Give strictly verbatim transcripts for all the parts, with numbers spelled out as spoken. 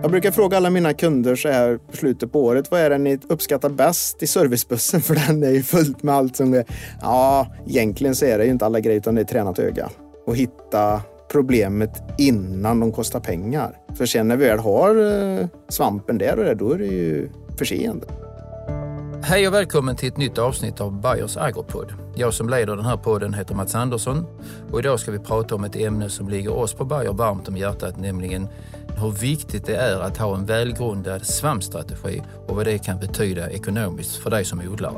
Jag brukar fråga alla mina kunder så här på slutet på året, vad är det ni uppskattar bäst i servicebussen? För den är ju fullt med allt som är... Ja, egentligen så är det ju inte alla grejer utan det är tränat öga. Och hitta problemet innan de kostar pengar. För sen när vi väl har svampen där och där, då är det ju för sent. Hej och välkommen till ett nytt avsnitt av Bayers Agropod. Jag som leder den här podden heter Mats Andersson och idag ska vi prata om ett ämne som ligger oss på Bayer varmt om hjärtat, nämligen hur viktigt det är att ha en välgrundad svampstrategi och vad det kan betyda ekonomiskt för dig som odlare.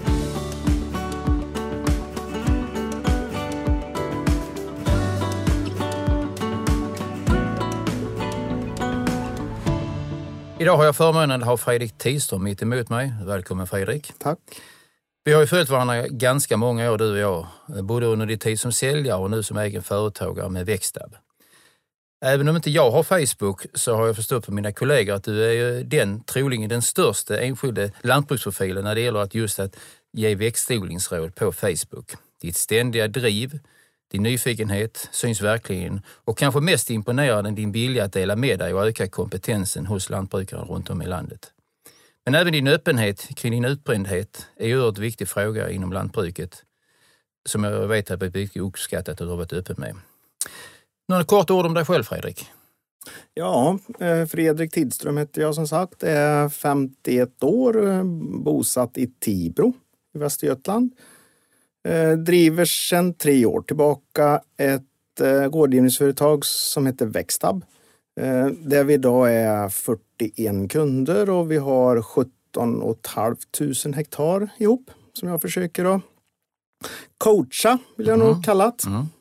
Idag har jag förmånen att ha Fredrik Tidström mitt emot mig. Välkommen Fredrik. Tack. Vi har ju följt varandra ganska många år du och jag, både under din tid som säljare och nu som egen företagare med Växtab. Även om inte jag har Facebook så har jag förstått på mina kollegor att du är ju den, troligen den största enskilda lantbruksprofilen när det gäller att just att ge växtodlingsråd på Facebook. Ditt ständiga driv, din nyfikenhet syns verkligen och kanske mest imponerande din vilja att dela med dig och öka kompetensen hos lantbrukare runt om i landet. Men även din öppenhet kring din utbrändhet är ju en viktig fråga inom lantbruket som jag vet att det är mycket uppskattat att du har varit öppen med. Några korta ord om dig själv, Fredrik. Ja, Fredrik Tidström heter jag som sagt. Är femtioett år, bosatt i Tibro i Västergötland. Driver sedan tre år tillbaka ett rådgivningsföretag som heter Växtab. Där vi idag är fyrtioen kunder och vi har sjutton tusen fem hundra hektar ihop som jag försöker att coacha, vill jag mm. nog kalla det. Mm.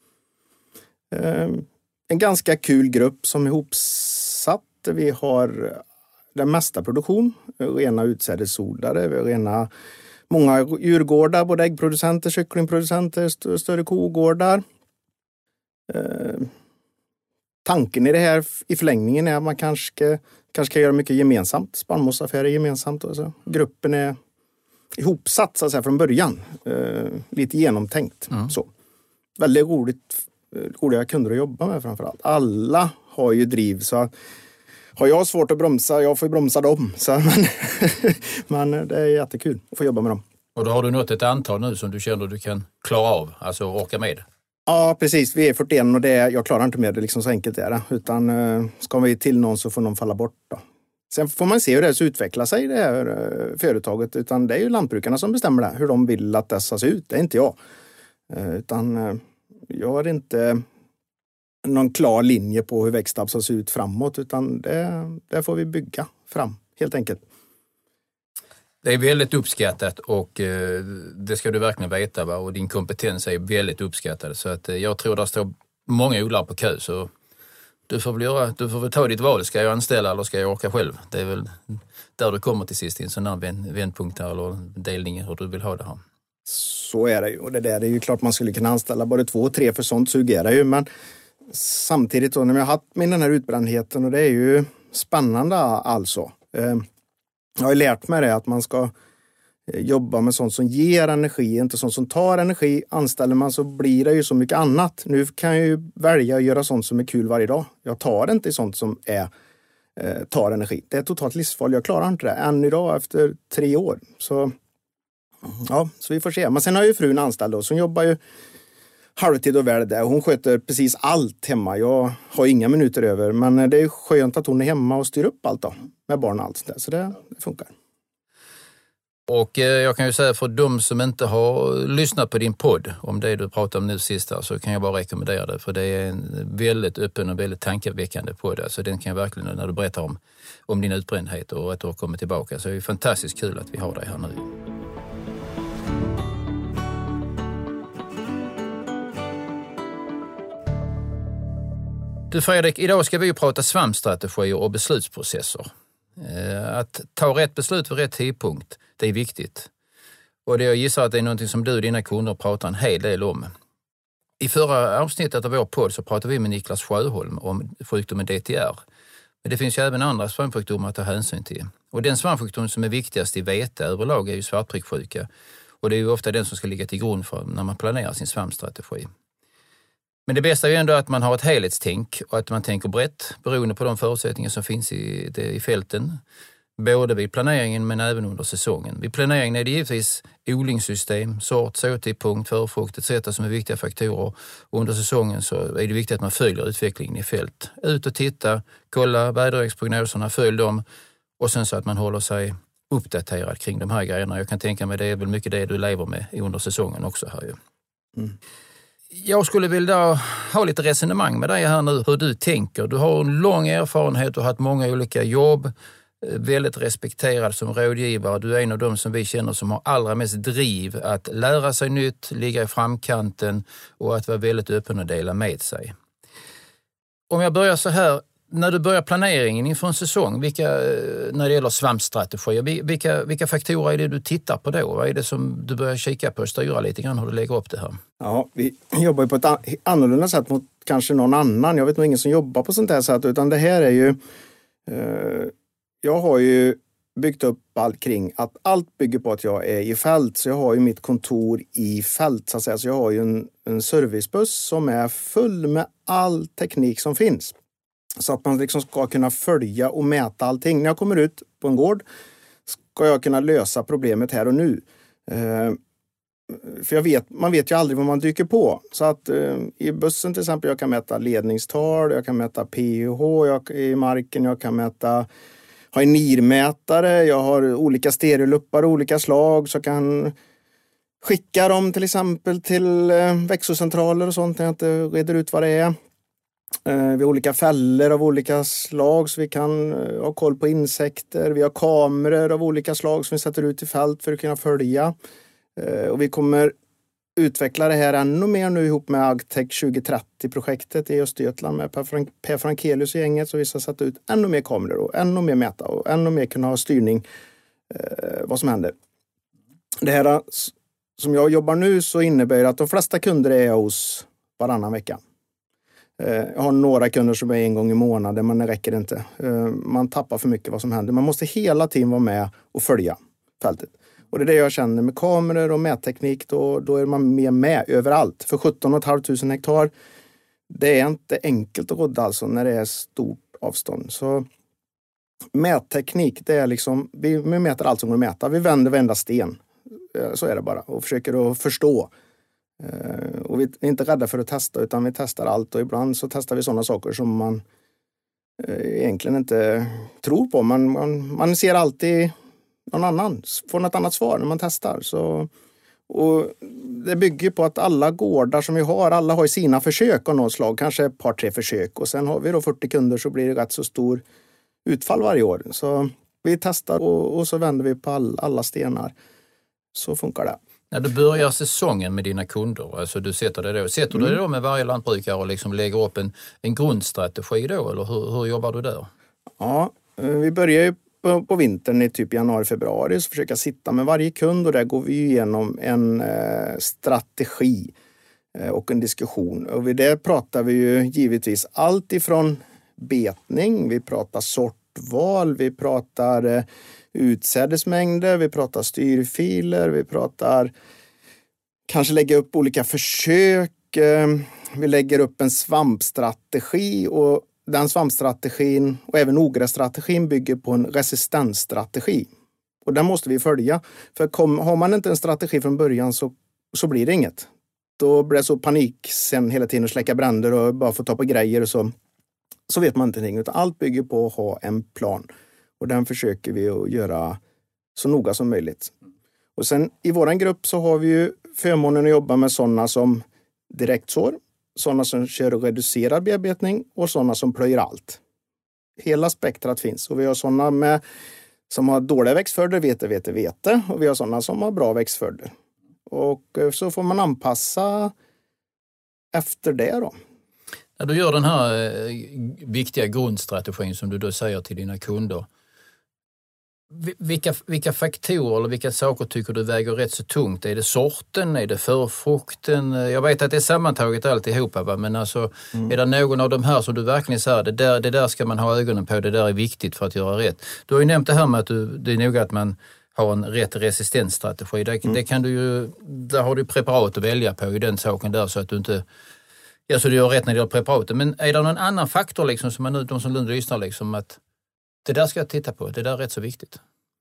En ganska kul grupp som är ihopsatt. Vi har den mesta produktion, rena utsädesodlare, vi har rena många djurgårdar, både äggproducenter, kycklingproducenter, st- större kogårdar. Eh, tanken i det här i förlängningen är att man kanske ska, kanske kan göra mycket gemensamt. Spannmålsaffärer gemensamt. Alltså. Gruppen är ihopsatt så att säga, från början. Eh, lite genomtänkt. Mm. Så. Väldigt roligt, roliga kunder att jobba med framförallt. Alla har ju driv så att har jag svårt att bromsa, jag får bromsa dem. Så, men, men det är jättekul att få jobba med dem. Och då har du nått ett antal nu som du känner du kan klara av, alltså orka med? Ja, precis. Vi är fyrtioen och det är, jag klarar inte med det, liksom så enkelt är det. Utan ska vi till någon så får någon falla bort då. Sen får man se hur det så utvecklar sig det här företaget. Utan det är ju lantbrukarna som bestämmer det, hur de vill att det ska se ut. Det är inte jag. Utan jag har inte någon klar linje på hur Växtab ska se ut framåt, utan det, det får vi bygga fram, helt enkelt. Det är väldigt uppskattat och eh, det ska du verkligen veta, va? Och din kompetens är väldigt uppskattad, så att eh, jag tror det står många odlare på kö, så du får väl göra, du får väl ta ditt val, ska jag anställa eller ska jag åka själv? Det är väl där du kommer till sist i en sån här vänd, vändpunkt här, eller delning hur du vill ha det här. Så är det ju, och det där är ju klart man skulle kunna anställa både två och tre, för sånt sugerar ju, men samtidigt då när jag har haft med den här utbrändheten, och det är ju spännande alltså. Jag har lärt mig det att man ska jobba med sånt som ger energi, inte sånt som tar energi. Anställer man så blir det ju så mycket annat. Nu kan jag ju välja att göra sånt som är kul varje dag. Jag tar inte sånt som är, tar energi. Det är totalt livsfarligt. Jag klarar inte det än idag efter tre år. Så ja, så vi får se. Men sen har ju frun anställd då, som jobbar ju halvtid och väl där. Hon sköter precis allt hemma. Jag har inga minuter över. Men det är skönt att hon är hemma och styr upp allt då. Med barn och allt där. Så det, det funkar. Och eh, jag kan ju säga för de som inte har lyssnat på din podd om det du pratar om nu sist här, så kan jag bara rekommendera det. För det är en väldigt öppen och väldigt tankeväckande podd. Så den kan jag verkligen, när du berättar om, om din utbrändhet och att du har kommit tillbaka. Så det är fantastiskt kul att vi har dig här nu. Du Fredrik, idag ska vi ju prata svampstrategier och beslutsprocesser. Att ta rätt beslut vid rätt tidpunkt, det är viktigt. Och det jag gissar att det är något som du och dina kunder pratar en hel del om. I förra avsnittet av vår podd så pratade vi med Niklas Sjöholm om sjukdomen D T R. Men det finns ju även andra svampsjukdomar att ta hänsyn till. Och den svampsjukdom som är viktigast i vete överlag är ju svartpricksjuka. Och det är ju ofta den som ska ligga till grund för när man planerar sin svampstrategi. Men det bästa är ju ändå att man har ett helhetstänk och att man tänker brett beroende på de förutsättningar som finns i, det, i fälten. Både vid planeringen men även under säsongen. Vid planeringen är det givetvis odlingssystem, sort, såtidpunkt, förfrukt et cetera som är viktiga faktorer. Och under säsongen så är det viktigt att man följer utvecklingen i fält. Ut och titta, kolla väderleksprognoserna, följ dem och sen så att man håller sig uppdaterad kring de här grejerna. Jag kan tänka mig det är väl mycket det du lever med under säsongen också här ju. Mm. Jag skulle vilja ha lite resonemang med dig här nu hur du tänker. Du har en lång erfarenhet och har haft många olika jobb. Väldigt respekterad som rådgivare. Du är en av dem som vi känner som har allra mest driv att lära sig nytt, ligga i framkanten och att vara väldigt öppen och dela med sig. Om jag börjar så här, när du börjar planeringen inför en säsong, vilka, när det gäller svampstrategier, vilka, vilka faktorer är det du tittar på då? Vad är det som du börjar kika på och styra lite grann hur du lägger upp det här? Ja, vi jobbar ju på ett annorlunda sätt mot kanske någon annan. Jag vet nog ingen som jobbar på sånt här sätt, utan det här är ju eh, jag har ju byggt upp allt kring att allt bygger på att jag är i fält. Så jag har ju mitt kontor i fält så att säga. Så jag har ju en, en servicebuss som är full med all teknik som finns. Så att man liksom ska kunna följa och mäta allting. När jag kommer ut på en gård ska jag kunna lösa problemet här och nu. Eh, för jag vet, man vet ju aldrig vad man dyker på. Så att eh, i bussen till exempel jag kan mäta ledningstal, jag kan mäta pH jag, i marken, jag kan mäta har en nirmätare, jag har olika stereoluppar av olika slag så jag kan skicka dem till exempel till växelcentraler och sånt när jag inte reder ut vad det är. Vi har olika fällor av olika slag så vi kan ha koll på insekter. Vi har kameror av olika slag som vi sätter ut i fält för att kunna följa. Och vi kommer utveckla det här ännu mer nu ihop med Agtech tjugo trettio-projektet i Östergötland med Per Frankelius och gänget, så vi ska sätta ut ännu mer kameror och ännu mer mäta och ännu mer kunna ha styrning eh, vad som händer. Det här som jag jobbar nu så innebär att de flesta kunder är hos varannan vecka. Eh, jag har några kunder som är en gång i månaden men det räcker inte. Eh, man tappar för mycket vad som händer. Man måste hela tiden vara med och följa fältet. Och det är det jag känner med kameror och mätteknik. Då, då är man mer med överallt. För sjutton tusen femhundra hektar. Det är inte enkelt att rodda alltså när det är stort avstånd. Så mätteknik, det är liksom. Vi, vi mäter allt som går att mäta. Vi vänder varenda sten. Så är det bara. Och försöker att förstå. Och vi är inte rädda för att testa utan vi testar allt. Och ibland så testar vi sådana saker som man egentligen inte tror på. Man, man, man ser alltid någon annan, får något annat svar när man testar. Så, och det bygger på att alla gårdar som vi har, alla har sina försök av något slag, kanske ett par, tre försök. Och sen har vi då fyrtio kunder så blir det rätt så stor utfall varje år. Så vi testar och, och så vänder vi på all, alla stenar. Så funkar det. När du börjar säsongen med dina kunder, alltså du sätter det då, sätter mm. du det då med varje lantbrukare och liksom lägger upp en, en grundstrategi då, eller hur, hur jobbar du där? Ja, vi börjar ju På, på vintern i typ januari, februari så försöka sitta med varje kund och där går vi igenom en eh, strategi eh, och en diskussion. Och vid det pratar vi ju givetvis allt ifrån betning, vi pratar sortval, vi pratar eh, utsädesmängder, vi pratar styrfiler, vi pratar kanske lägga upp olika försök, eh, vi lägger upp en svampstrategi och den svampstrategin och även ogrässtrategin bygger på en resistensstrategi. Och den måste vi följa. För kom, har man inte en strategi från början så, så blir det inget. Då blir det så panik sen hela tiden att släcka bränder och bara få ta på grejer och så. Så vet man inte någonting. Utan allt bygger på att ha en plan. Och den försöker vi att göra så noga som möjligt. Och sen i våran grupp så har vi ju förmånen att jobba med sådana som direktsår. Sådana som kör och reducerar bearbetning och sådana som plöjer allt. Hela spektrat finns. Och vi har sådana med, som har dåliga växtföljder, vete, vete, vete. Och vi har sådana som har bra växtföljder. Och så får man anpassa efter det då. När du gör den här eh, viktiga grundstrategin som du då säger till dina kunder. Vilka, vilka faktorer eller vilka saker tycker du väger rätt så tungt? Är det sorten? Är det förfrukten? Jag vet att det är sammantaget alltihopa, va? Men alltså, mm. är det någon av de här som du verkligen säger det där, det där ska man ha ögonen på, det där är viktigt för att göra rätt? Du har ju nämnt det här med att du, det är nog att man har en rätt resistensstrategi. Det, mm. det kan du ju, där har du preparat att välja på i den saken där så att du inte Ja, så du har rätt när det gäller preparaten. Men är det någon annan faktor liksom, som man nu, de som nu lyssnar liksom, att det där ska jag titta på, det där är rätt så viktigt?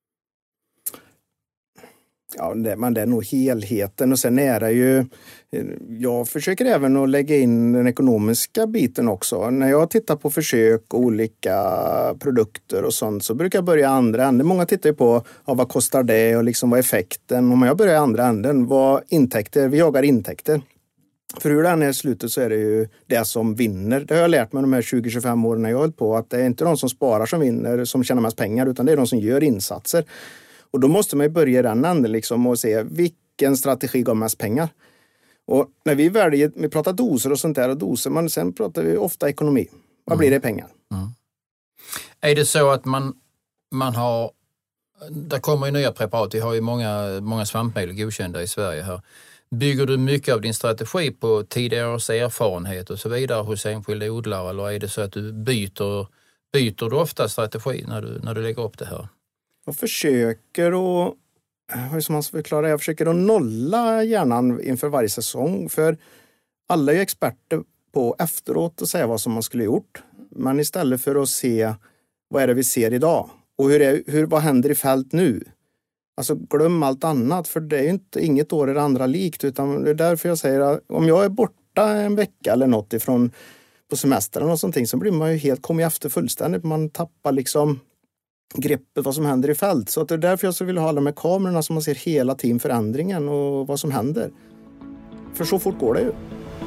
Ja, det, men det är nog helheten och sen är det ju, jag försöker även att lägga in den ekonomiska biten också. När jag tittar på försök och olika produkter och sånt så brukar jag börja i andra änden. Många tittar ju på ja, vad kostar det och liksom vad är effekten. Om jag börjar i andra änden, vad intäkter, vi jagar intäkter. För hur den är i slutet så är det ju det som vinner. Det har jag lärt mig de här tjugo till tjugofem åren när jag har hållit på, att det är inte de som sparar som vinner, som tjänar mest pengar, utan det är de som gör insatser. Och då måste man ju börja i den änden liksom och se vilken strategi gav mest pengar. Och när vi väljer, vi pratar doser och sånt där och doser, men sen pratar vi ofta ekonomi. Vad blir det i pengar? Mm. Är det så att man, man har, där kommer ju nya preparat, vi har ju många, många svampmedel godkända i Sverige här. Bygger du mycket av din strategi på tidigare års erfarenhet och så vidare hos enskilda odlare, eller är det så att du byter, byter du ofta strategi när du, när du lägger upp det här? Jag försöker att, hur ska man förklara, jag försöker att nolla hjärnan inför varje säsong, för alla är ju experter på efteråt att säga vad som man skulle gjort. Men istället för att se vad är det vi ser idag och hur är, hur, vad händer i fält nu? Alltså glöm allt annat, för det är ju inte, inget år är det andra likt, utan det är därför jag säger att om jag är borta en vecka eller något ifrån på semestern och sånt, så blir man ju helt, kommer efter fullständigt, man tappar liksom greppet vad som händer i fält. Så att det är därför jag så vill ha alla med kamerorna så man ser hela tiden förändringen och vad som händer. För så fort går det ju.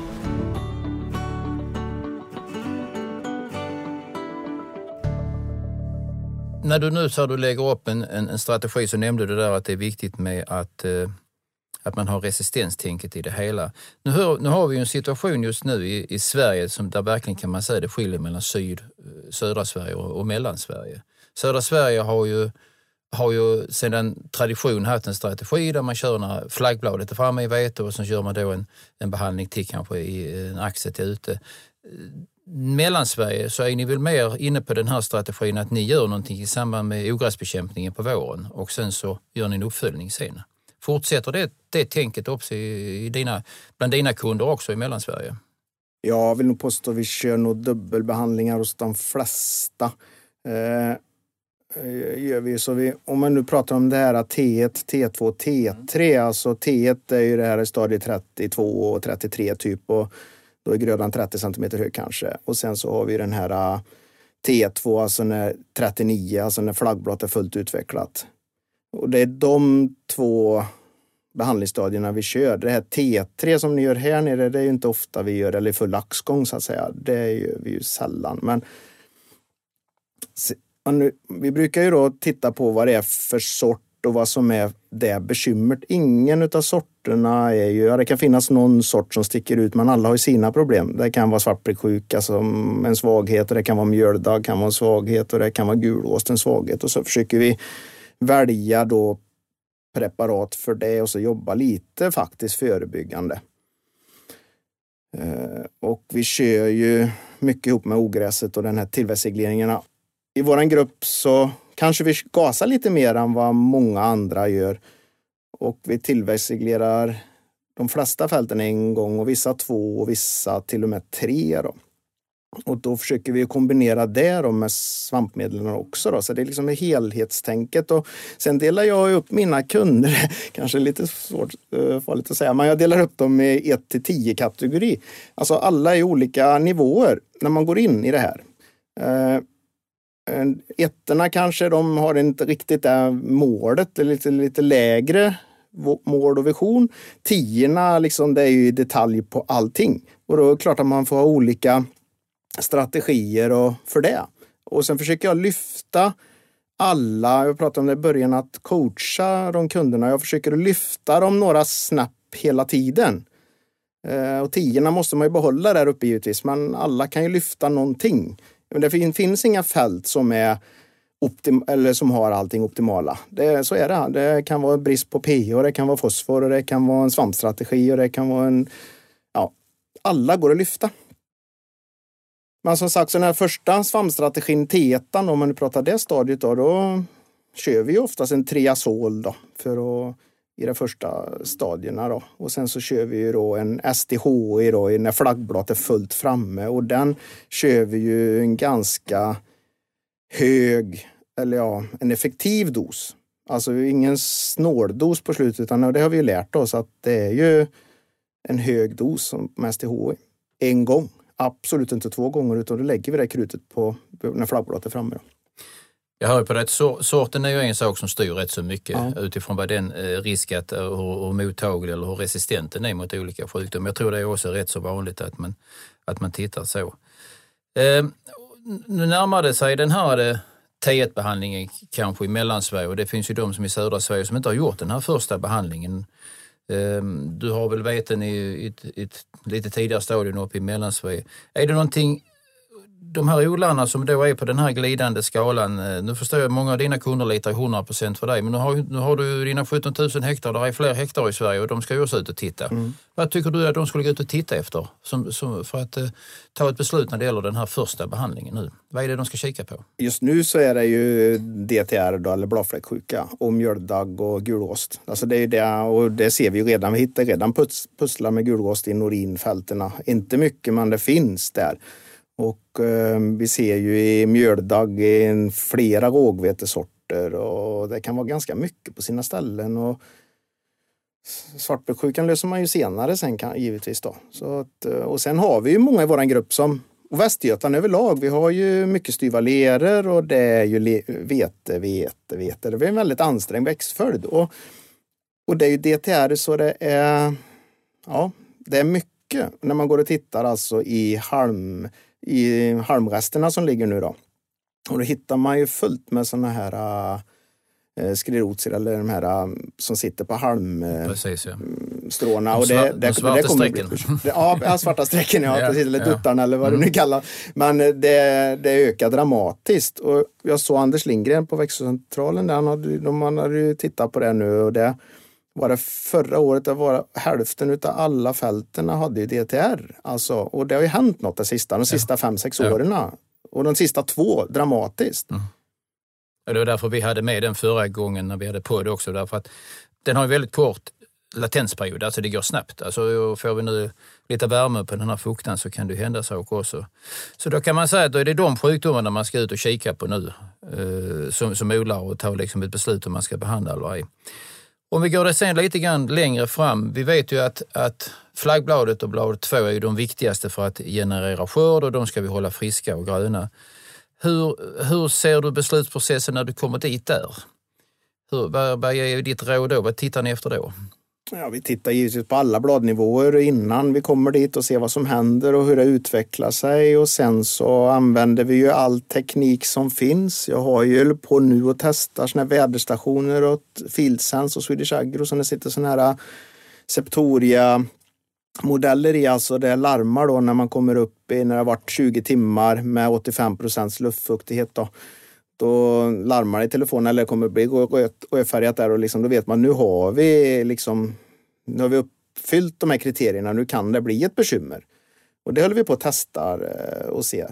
När du nu så du lägger upp en, en, en strategi, så nämnde du där att det är viktigt med att, eh, att man har resistenstänket i det hela. Nu, hör, nu har vi ju en situation just nu i, i Sverige som där verkligen kan man säga det skiljer mellan syd, södra Sverige och, och Mellansverige. Södra Sverige har ju, har ju sedan tradition haft en strategi där man kör när flaggbladet är framme i vete och så gör man då en, en behandling till kanske i en axel till ute. Mellansverige så är ni väl mer inne på den här strategin att ni gör någonting i samband med ogräsbekämpningen på våren och sen så gör ni en uppföljning sen. Fortsätter det, det tänket också i, i dina, bland dina kunder också i Mellansverige? Jag vill nog påstå att vi kör nog dubbelbehandlingar hos de flesta. Eh, gör vi så vi, om man nu pratar om det här T ett, T två, T tre, alltså T ett är ju det här i stadie trettiotvå och trettiotre typ, och då är grödan trettio centimeter hög kanske. Och sen så har vi den här T två, alltså när trettionio, alltså när flaggbladet är fullt utvecklat. Och det är de två behandlingsstadierna vi kör. Det här T tre som ni gör här nere, det är ju inte ofta vi gör, eller full laxgång så att säga. Det gör vi ju sällan. Men vi brukar ju då titta på vad det är för sort och vad som är det bekymret. Ingen utav sorterna är ju, ja, det kan finnas någon sort som sticker ut, men alla har ju sina problem. Det kan vara svartpricksjuka som en svaghet, och det kan vara mjöldagg kan vara en svaghet, och det kan vara gulåst en svaghet, och så försöker vi välja då preparat för det och så jobba lite faktiskt förebyggande. Eh, och vi kör ju mycket ihop med ogräset och den här tillväxtregleringarna. I våran grupp så kanske vi gasar lite mer än vad många andra gör. Och vi tillväxtreglerar de flesta fälten en gång, och vissa två och vissa till och med tre då. Och då försöker vi kombinera det då med svampmedlen också då. Så det är liksom ett helhetstänket. Och sen delar jag upp mina kunder, kanske lite svårt farligt att säga, men jag delar upp dem i ett till tio kategori. Alltså alla i olika nivåer när man går in i det här. Ettorna kanske, de har inte riktigt det målet, lite, lite lägre mål och vision. Tiorna liksom, det är ju i detalj på allting. Och då är det klart att man får ha olika strategier och för det. Och sen försöker jag lyfta alla, jag pratade om det i början, att coacha de kunderna. Jag försöker att lyfta dem några snabbt hela tiden. Och tiorna måste man ju behålla där uppe givetvis, men alla kan ju lyfta någonting. Men det finns inga fält som är optim- eller som har allting optimala. Det, så är det. Det kan vara brist på pH, det kan vara fosfor, och det kan vara en svampstrategi, och det kan vara en... Ja, alla går att lyfta. Men som sagt, så den här första svampstrategin T ett, om man nu pratar det stadiet då, då kör vi oftast en triazol då för att i de första stadierna då. Och sen så kör vi ju då en S T H E då när flaggbladet är fullt framme, och den kör vi ju en ganska hög, eller ja, en effektiv dos. Alltså ingen snåldos på slutet, utan det har vi ju lärt oss att det är ju en hög dos som med S T H E. En gång. Absolut inte två gånger, utan då lägger vi det krutet på när flaggbladet är framme då. Jag hör på det, så, sorten är ju en sak som styr rätt så mycket ja. utifrån vad den eh, riskat hur, hur mottaglig eller hur resistent den är mot olika sjukdomar. Jag tror det är också rätt så vanligt att man, att man tittar så. Eh, nu närmar det sig den här T ett-behandlingen kanske i Mellansverige, och det finns ju de som i södra Sverige som inte har gjort den här första behandlingen. Eh, du har väl veten i, i, ett, i ett lite tidigare stadium uppe i Mellansverige. Är det någonting, de här odlarna som då är på den här glidande skalan, nu förstår jag att många av dina kunder litar hundra procent för dig, men nu har, nu har du dina sjutton tusen hektar, där är fler hektar i Sverige och de ska ju också ut och titta. Mm. Vad tycker du att de skulle gå ut och titta efter som, som, för att uh, ta ett beslut när det gäller den här första behandlingen nu? Vad är det de ska kika på? Just nu så är det ju D T R då, eller bladfläcksjuka, och mjöldagg och gulrost. Alltså det är det, och det ser vi ju redan. Vi hittar redan pus, pusslar med gulrost i norinfälterna. Inte mycket, men det finns där. Och eh, vi ser ju i mjöldagg i flera rågvetesorter, och det kan vara ganska mycket på sina ställen. Och svartbäcksjukan löser man ju senare sen kan, givetvis då. Så att, och sen har vi ju många i våran grupp som, och Västergötland överlag, vi har ju mycket styva leror, och det är ju le, vete, vete, vete. Det är en väldigt ansträngd växtföljd. Och, och det är ju D T R, så det är, ja, det är mycket när man går och tittar alltså i halm, i halmresterna som ligger nu då. Och då hittar man ju fullt med såna här äh, sklerotier, eller de här äh, som sitter på halmstråna. Ja. Och det, de det, svarta det kommer strecken. Bli, ja, svarta strecken, ja, ja, precis, eller ja. duttarna eller vad mm. det nu kallar. Men det, det ökar dramatiskt. Och jag såg Anders Lindgren på växtcentralen, där han hade, de hade ju tittat på det nu, och det var det förra året, det var hälften av alla fälterna hade ju D T R. Alltså, och det har ju hänt något det sista, de sista ja. fem, sex ja. åren. Och de sista två, dramatiskt. Mm. Och det var därför vi hade med den förra gången när vi hade på det också. Därför att den har ju väldigt kort latensperiod, alltså det går snabbt. Alltså får vi nu lite värme på den här fukten så kan det hända saker också. Så då kan man säga att då är det de sjukdomarna man ska ut och kika på nu. Eh, som, som odlar och ta liksom ett beslut om man ska behandla eller ej. Om vi går det sen lite grann längre fram, vi vet ju att, att flaggbladet och blad två är ju de viktigaste för att generera skörd, och de ska vi hålla friska och gröna. Hur, hur ser du beslutsprocessen när du kommer dit där? Hur, vad, vad är ditt råd då? Vad tittar ni efter då? Ja, vi tittar givetvis på alla bladnivåer innan vi kommer dit och ser vad som händer och hur det utvecklar sig, och sen så använder vi ju all teknik som finns. Jag har ju på nu och testar såna här väderstationer åt Fieldsense och Swedish Agro, som det sitter såna här Septoria modeller i, alltså det larmar då när man kommer upp i, när det har varit tjugo timmar med åttiofem procent luftfuktighet då. Då larmar det i telefonen, eller kommer bli rödfärgat där, och liksom, då vet man nu har vi liksom, nu har vi uppfyllt de här kriterierna, nu kan det bli ett bekymmer. Och det håller vi på att testa och se.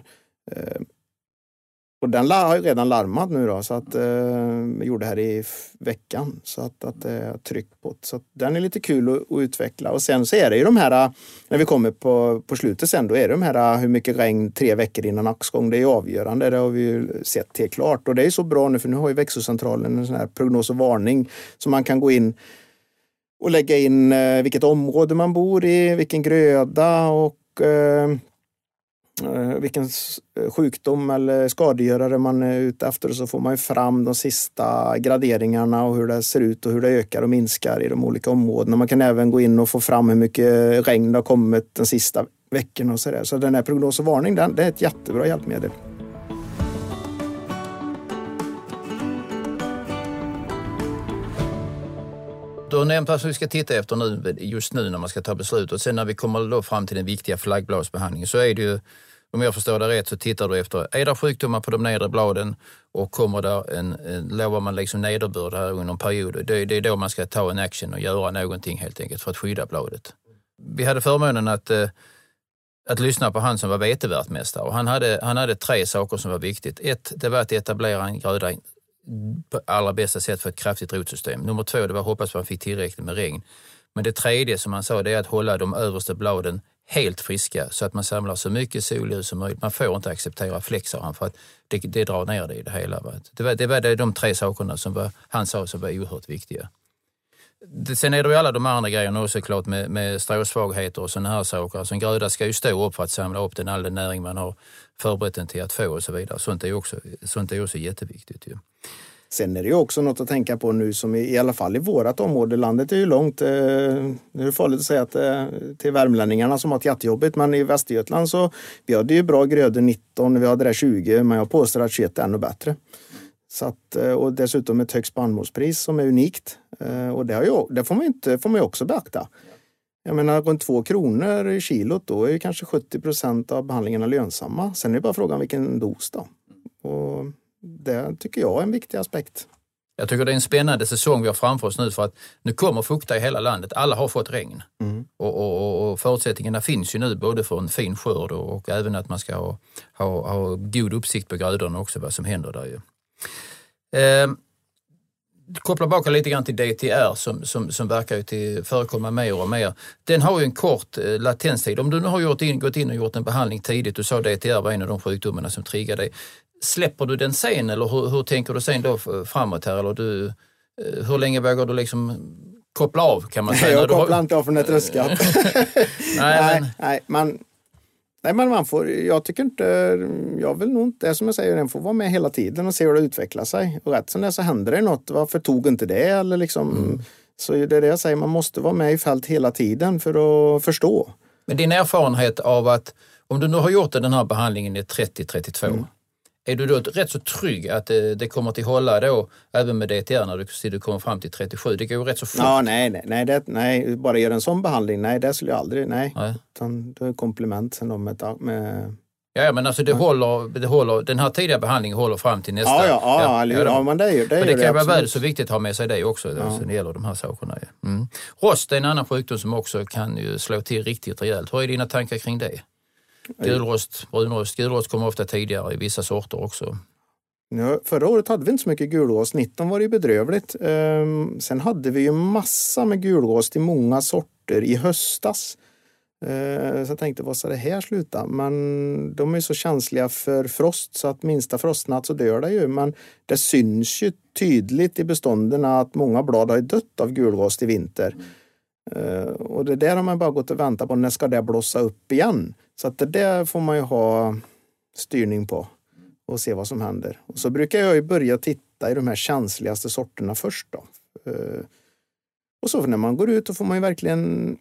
Och den har ju redan larmat nu då, så att vi gjorde här i veckan, så att, att det är tryck på. Så att den är lite kul att, att utveckla. Och sen så är det ju de här, när vi kommer på, på slutet sen, då är det de här hur mycket regn tre veckor innan axgång, det är helt det har vi ju sett helt klart. Och det är så bra nu, för nu har ju växtcentralen en sån här prognos och varning, så man kan gå in och lägga in vilket område man bor i, vilken gröda och eh, vilken sjukdom eller skadegörare man är ute efter, och så får man ju fram de sista graderingarna och hur det ser ut och hur det ökar och minskar i de olika områdena. Man kan även gå in och få fram hur mycket regn det har kommit den sista veckan och så där. Så den här prognos och varning, den, det är ett jättebra hjälpmedel. Du har nämnt vad vi ska titta efter nu, just nu när man ska ta beslut, och sen när vi kommer då fram till den viktiga flaggbladsbehandlingen, så är det ju, om jag förstår det rätt, så tittar du efter, är det sjukdomar på de nedre bladen, och kommer där en, en lovar man liksom nederbörd här under en period, det, det är då man ska ta en action och göra någonting helt enkelt för att skydda bladet. Vi hade förmånen att, att lyssna på han som var vetevärtmästare, och han hade, han hade tre saker som var viktigt. Ett, det var att etablera en gröda på allra bästa sätt för ett kraftigt rotsystem. Nummer två, det var hoppas man fick tillräckligt med regn. Men det tredje som man sa, det är att hålla de översta bladen helt friska så att man samlar så mycket solljus som möjligt. Man får inte acceptera fläxar för att det, det drar ner det i det hela. Va? Det var, det var det, de tre sakerna som var, han sa som var oerhört viktiga. Det, sen är det ju alla de andra grejerna också klart med, med stråsvagheter och sådana här saker. Alltså en gröda ska ju stå upp för att samla upp den all den näring man har förberett den till att få och så vidare. Sånt är ju också, sånt är också jätteviktigt ju. Sen är det ju också något att tänka på nu som i, i alla fall i vårat område. Landet är ju långt. Eh, det är farligt att säga att eh, till värmlänningarna som har ett jättejobbigt. Men i Västergötland så vi hade ju bra grödor nitton, vi hade det tjugo. Men jag påstår att tjugoett är ännu bättre. Så att, och dessutom ett högt spannmålspris som är unikt. Eh, och det, har ju, det får man ju inte, får man ju också beakta. Jag menar runt två kronor i kilot då är ju kanske sjuttio procent av behandlingarna lönsamma. Sen är det bara frågan vilken dos då. Och det tycker jag är en viktig aspekt. Jag tycker det är en spännande säsong vi har framför oss nu för att nu kommer fukta i hela landet. Alla har fått regn. Mm. Och, och, och förutsättningarna finns ju nu både för en fin skörd och, och även att man ska ha, ha, ha god uppsikt på grödorna också vad som händer där ju. Eh, koppla baka lite grann till D T R som, som, som verkar ju till förekomma mer och mer. Den har ju en kort eh, latenstid. Om du nu har gjort in, gått in och gjort en behandling tidigt, du sa D T R var en av de sjukdomarna som triggar dig. Släpper du den sen eller hur, hur tänker du sen då framåt här? Eller du, eh, hur länge vågar du liksom koppla av kan man säga? Jag kopplar har... inte av från ett röstskatt. nej, nej, men... nej, man, nej, men man får, jag tycker inte, jag vill nog inte, som jag säger, den får vara med hela tiden och se hur det utvecklar sig. Och rätt som det så händer det något, varför tog inte det? Eller liksom, mm. Så det är det jag säger, man måste vara med i fält hela tiden för att förstå. Men din erfarenhet av att, om du nu har gjort den här behandlingen i trettio trettiotvå, mm. är du då rätt så trygg att det, det kommer till hålla då även med D T R när du, du kommer fram till trettiosju? Det går ju rätt så fort. Ja, nej, nej, nej, det, nej, bara göra en sån behandling, nej, det skulle jag aldrig, nej. nej. Utan det är komplement sen då med... med ja, men alltså det, ja. håller, det håller, den här tidiga behandlingen håller fram till nästa. Ja, ja, ja, ja, ja, ja men det är ju det. Men det, det kan det, vara väl så viktigt att ha med sig det också ja. Då, så det gäller de här sakerna. Ja. Mm. Rost är en annan sjukdom som också kan ju slå till riktigt rejält. Hur är dina tankar kring det? Gulrost, brunrost, gulrost kommer ofta tidigare i vissa sorter också. Ja, förra året hade vi inte så mycket gulrost. nitton var det ju bedrövligt. Um, sen hade vi ju massa med gulrost i många sorter i höstas. Uh, så jag tänkte, vad ska det här sluta? Men de är så känsliga för frost så att minsta frostnatt så dör det ju. Men det syns ju tydligt i bestånden att många blad har dött av gulrost i vinter. Uh, och det där har man bara gått och väntat på. När ska det blossa upp igen? Så att det där får man ju ha styrning på. Och se vad som händer. Och så brukar jag ju börja titta i de här känsligaste sorterna först då. Och så när man går ut så får man ju verkligen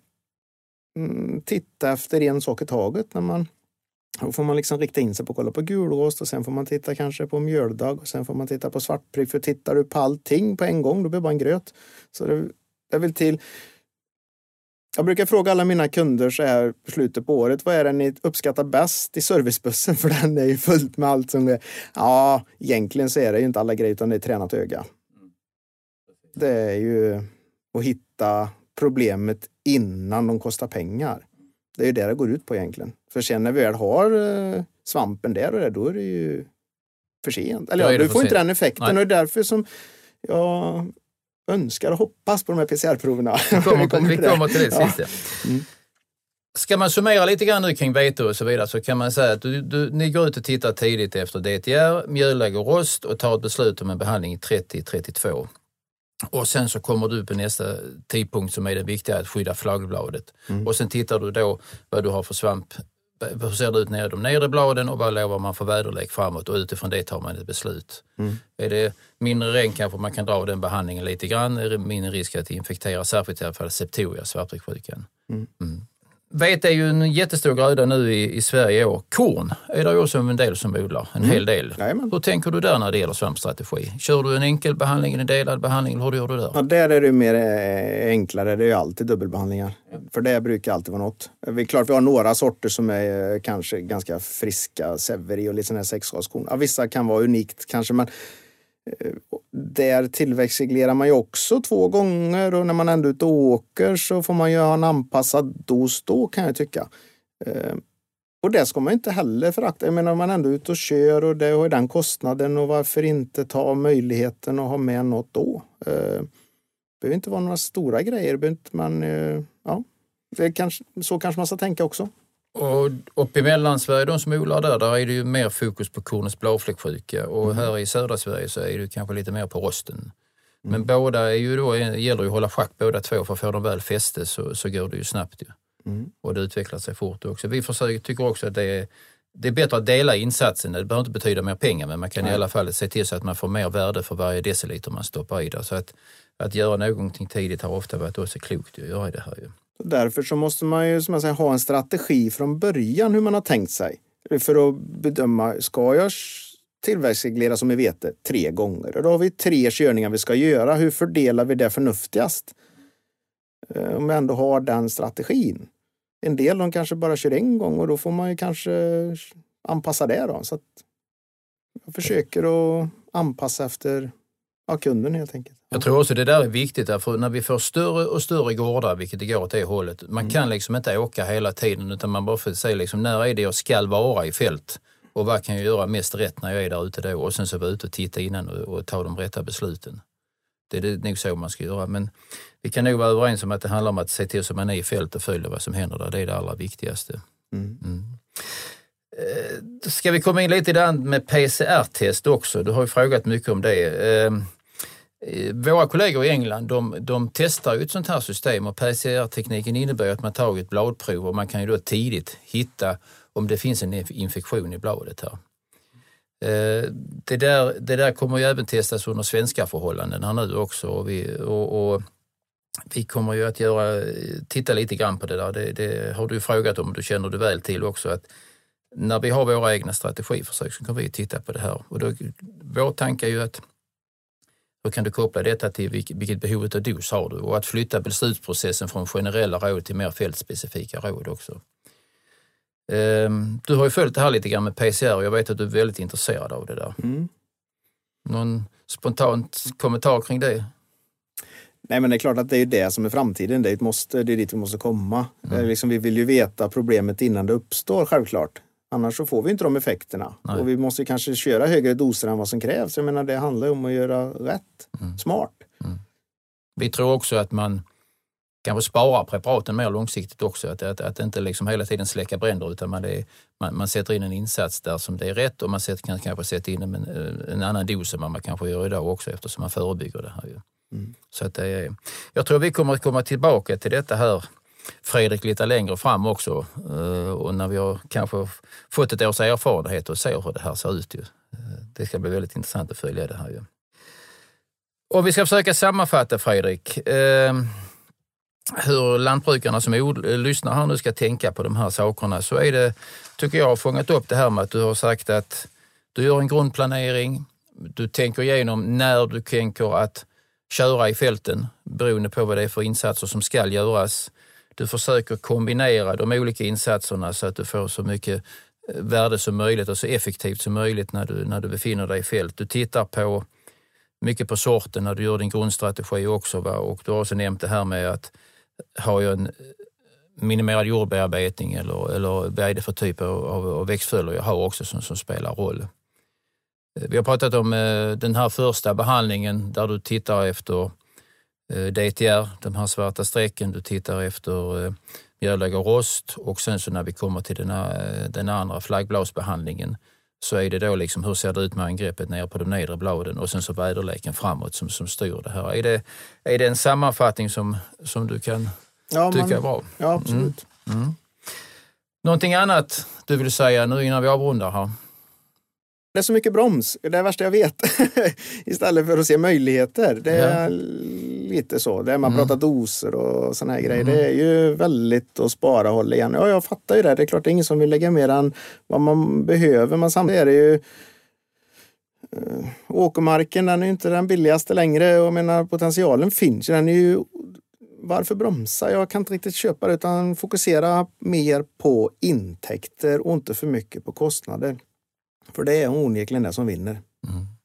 titta efter en sak i taget. När man, då får man liksom rikta in sig på att kolla på gulrost och sen får man titta kanske på mjöldag och sen får man titta på svartprick. För tittar du på allting på en gång då blir det bara en gröt. Så det, det vill till... Jag brukar fråga alla mina kunder så här på slutet på året, vad är det ni uppskattar bäst i servicebussen? För den är ju fullt med allt som är. Ja, egentligen så är det ju inte alla grejer utan det är tränat öga. Det är ju att hitta problemet innan de kostar pengar. Det är ju det det går ut på egentligen. För sen när vi väl har svampen där och där, då är det ju för sent. Eller ja, du får inte den effekten. Nej. Och det är därför som jag... önskar och hoppas på de här P C R-proverna. Vi kommer, vi kommer, vi kommer till det sist. Ja. Mm. Ska man summera lite grann nu kring vete och så vidare så kan man säga att du, du, ni går ut och tittar tidigt efter D T R, mjöllägg och rost och tar ett beslut om en behandling i trettio trettiotvå. Och sen så kommer du på nästa tidpunkt som är det viktiga att skydda flaggbladet. Mm. Och sen tittar du då vad du har för svamp. Hur ser det ut nere i de nedre bladen och vad lovar man för väderlek framåt och utifrån det tar man ett beslut. Mm. Är det mindre regn kanske man kan dra den behandlingen lite grann. Är det mindre risk att infektera, särskilt i alla fall septoria, svartpricksjukan. Mm. Mm. Vete är ju en jättestor gröda nu i, i Sverige i år. Korn är det ju också en del som odlar, en mm. hel del. Jajamän. Hur tänker du där när det gäller svampstrategi? Kör du en enkel behandling, en delad behandling eller hur gör du där? Ja, där är det mer enklare, det är ju alltid dubbelbehandlingar. Ja. För det brukar alltid vara något. Det är klart vi har några sorter som är kanske ganska friska, severi och lite sådana här sexgaskorn. Ja, vissa kan vara unikt kanske, men där tillväxtreglerar man ju också två gånger och när man ändå ut och åker så får man ju ha en anpassad dos då kan jag tycka. Och det ska man inte heller förakta. Jag menar, man är ändå ute och kör och det har den kostnaden och varför inte ta möjligheten att ha med något då? Eh, det behöver inte vara några stora grejer. Behöver inte man, eh, ja, det kanske, så kanske man ska tänka också. Och uppe i Mellansverige, de som odlar där, där är det ju mer fokus på kornets blåfläcksjuka. Och mm. här i södra Sverige så är det kanske lite mer på rosten. Mm. Men båda är ju då, gäller ju att hålla schack båda två, för att få dem väl fäste så, så går det ju snabbt ju. Mm. Och det utvecklar sig fort också. Vi försöker, tycker också att det är, det är bättre att dela insatsen. Det behöver inte betyda mer pengar, men man kan Nej. i alla fall se till så att man får mer värde för varje deciliter man stoppar i det. Så att, att göra någonting tidigt har ofta varit också klokt att göra det här ju. Därför så måste man ju, som jag säger, ha en strategi från början hur man har tänkt sig. För att bedöma, ska jag tillväxtreglera som vi vet det tre gånger? Och då har vi tre körningar vi ska göra. Hur fördelar vi det förnuftigast? Om vi ändå har den strategin. En del de kanske bara kör en gång och då får man ju kanske anpassa det då. Så att jag försöker att anpassa efter ja, kunden helt enkelt. Jag tror också det där är viktigt, för när vi får större och större gårdar, vilket det går åt det hållet, man mm. kan liksom inte åka hela tiden, utan man bara får säga liksom, när är det jag ska vara i fält och vad kan jag göra mest rätt när jag är där ute då, och sen så vara ute och titta innan och, och ta de rätta besluten. Det är nog så man ska göra, men vi kan nog vara överens om att det handlar om att se till så man är i fält och följer vad som händer där. Det är det allra viktigaste. Mm. Mm. Eh, ska vi komma in lite i det med P C R-test också? Du har ju frågat mycket om det. Eh, våra kollegor i England, de, de testar ju ett sånt här system, och P C R-tekniken innebär att man tar ett bladprov och man kan ju då tidigt hitta om det finns en infektion i bladet här. Det där, det där kommer ju även testas under svenska förhållanden här nu också, och vi, och, och vi kommer ju att göra, titta lite grann på det där. Det, det har du frågat om, du känner du väl till också, att när vi har våra egna strategiförsök så kan vi titta på det här. Och då, vår tanke är ju att då kan du koppla detta till vilket, vilket behov av dos har du, och att flytta beslutsprocessen från generella råd till mer fältspecifika råd också. Du har ju följt det här lite grann med P C R och jag vet att du är väldigt intresserad av det där. Mm. Någon spontant kommentar kring det? Nej, men det är klart att det är det som är framtiden. Det är, ett måste, det är dit vi måste komma. Mm. Det är liksom, vi vill ju veta problemet innan det uppstår, självklart. Annars så får vi inte de effekterna. Nej. Och vi måste kanske köra högre doser än vad som krävs. Jag menar, det handlar om att göra rätt, mm. smart. Mm. Vi tror också att man kanske spara preparaten mer långsiktigt också. Att, att, att inte liksom hela tiden släcka bränder, utan man, är, man, man sätter in en insats där som det är rätt, och man sätter, kan kanske sätta in en, en annan dos än vad man kanske gör idag också, eftersom man förebygger det här ju. Mm. Så att det är, jag tror vi kommer att komma tillbaka till detta här, Fredrik, lite längre fram också. Och när vi har kanske fått ett års erfarenhet och ser hur det här ser ut ju. Det ska bli väldigt intressant att följa det här ju. Och vi ska försöka sammanfatta, Fredrik, hur lantbrukarna som är, lyssnar här nu ska tänka på de här sakerna. Så är det, tycker jag, har fångat upp det här med att du har sagt att du gör en grundplanering, du tänker igenom när du tänker att köra i fälten beroende på vad det är för insatser som ska göras. Du försöker kombinera de olika insatserna så att du får så mycket värde som möjligt och så effektivt som möjligt när du, när du befinner dig i fält. Du tittar på mycket på sorten när du gör din grundstrategi också, va? Och du har också nämnt det här med att ha en minimerad jordbearbetning eller, eller vad är det för typ av, av växtföljder jag har också som, som spelar roll. Vi har pratat om eh, den här första behandlingen där du tittar efter eh, D T R, de här svarta strecken, du tittar efter eh, mjölägg och rost, och sen så när vi kommer till den, här, den andra flaggbladsbehandlingen så är det då liksom hur ser det ut med angreppet ner på de nedre bladen, och sen så väderleken framåt som, som styr det här. Är det, är det en sammanfattning som, som du kan ja, tycka man, är bra? Ja, absolut. Mm. Mm. Någonting annat du vill säga nu innan vi avrundar här? Det är så mycket broms, det är det värsta jag vet. Istället för att se möjligheter. Det är ja. lite så. Det är man mm. pratar doser och såna här grejer. Mm. Det är ju väldigt att spara håll igen. Ja, jag fattar ju det. Det är klart det är ingen som vill lägga mer än vad man behöver. Men samtidigt är det ju äh, åkermarken, den är ju inte den billigaste längre. Och jag menar, potentialen finns. Den är ju, varför bromsa? Jag kan inte riktigt köpa det, utan fokusera mer på intäkter och inte för mycket på kostnader. För det är onekligen det som vinner.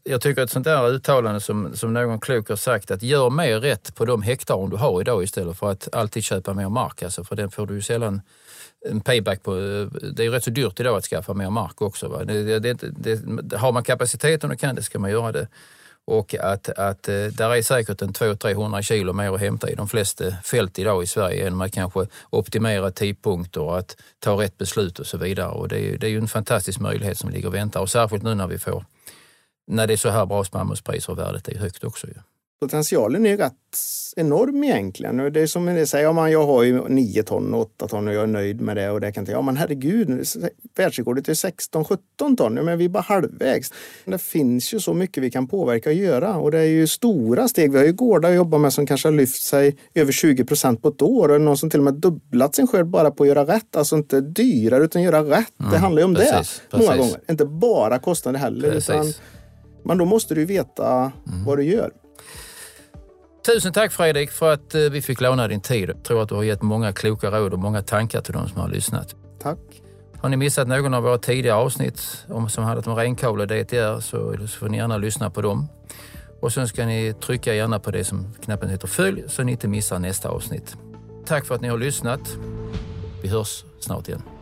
Jag tycker ett sånt där uttalande som, som någon klok har sagt, att gör mer rätt på de hektar du har idag istället för att alltid köpa mer mark. Alltså, för den får du ju sällan en payback på. Det är ju rätt så dyrt idag att skaffa mer mark också. Va? Det, det, det, det, har man kapaciteten och kan det, ska man göra det. Och att, att där är säkert en två till trehundra kilo mer att hämta i de flesta fält idag i Sverige genom att kanske optimera tidpunkter och att ta rätt beslut och så vidare. Och det är, det är ju en fantastisk möjlighet som ligger och väntar. Och särskilt nu när vi får, när det är så här bra spannmålspriser och värdet är högt också. Ja. Potentialen är ju rätt enorm egentligen. Det är som det säger, ja, man, jag har ju nio ton och åtta ton och jag är nöjd med det och det kan inte. Ja men herregud, världsrekordet är sexton sjutton ton, men vi är bara halvvägs. Det finns ju så mycket vi kan påverka och göra och det är ju stora steg. Vi har ju gårdar att jobba med som kanske har lyft sig över tjugo procent på ett år och någon som till och med dubblat sin skörd bara på att göra rätt. Alltså inte dyrare utan göra rätt. Mm, det handlar ju om precis, det många precis. gånger. Inte bara kostnader heller. Utan, men då måste du veta mm. vad du gör. Tusen tack Fredrik för att vi fick låna din tid. Jag tror att du har gett många kloka råd och många tankar till de som har lyssnat. Tack. Har ni missat någon av våra tidigare avsnitt om, som handlat om renkavle och D T R så, så får ni gärna lyssna på dem. Och sen ska ni trycka gärna på det som knappen heter följ så ni inte missar nästa avsnitt. Tack för att ni har lyssnat. Vi hörs snart igen.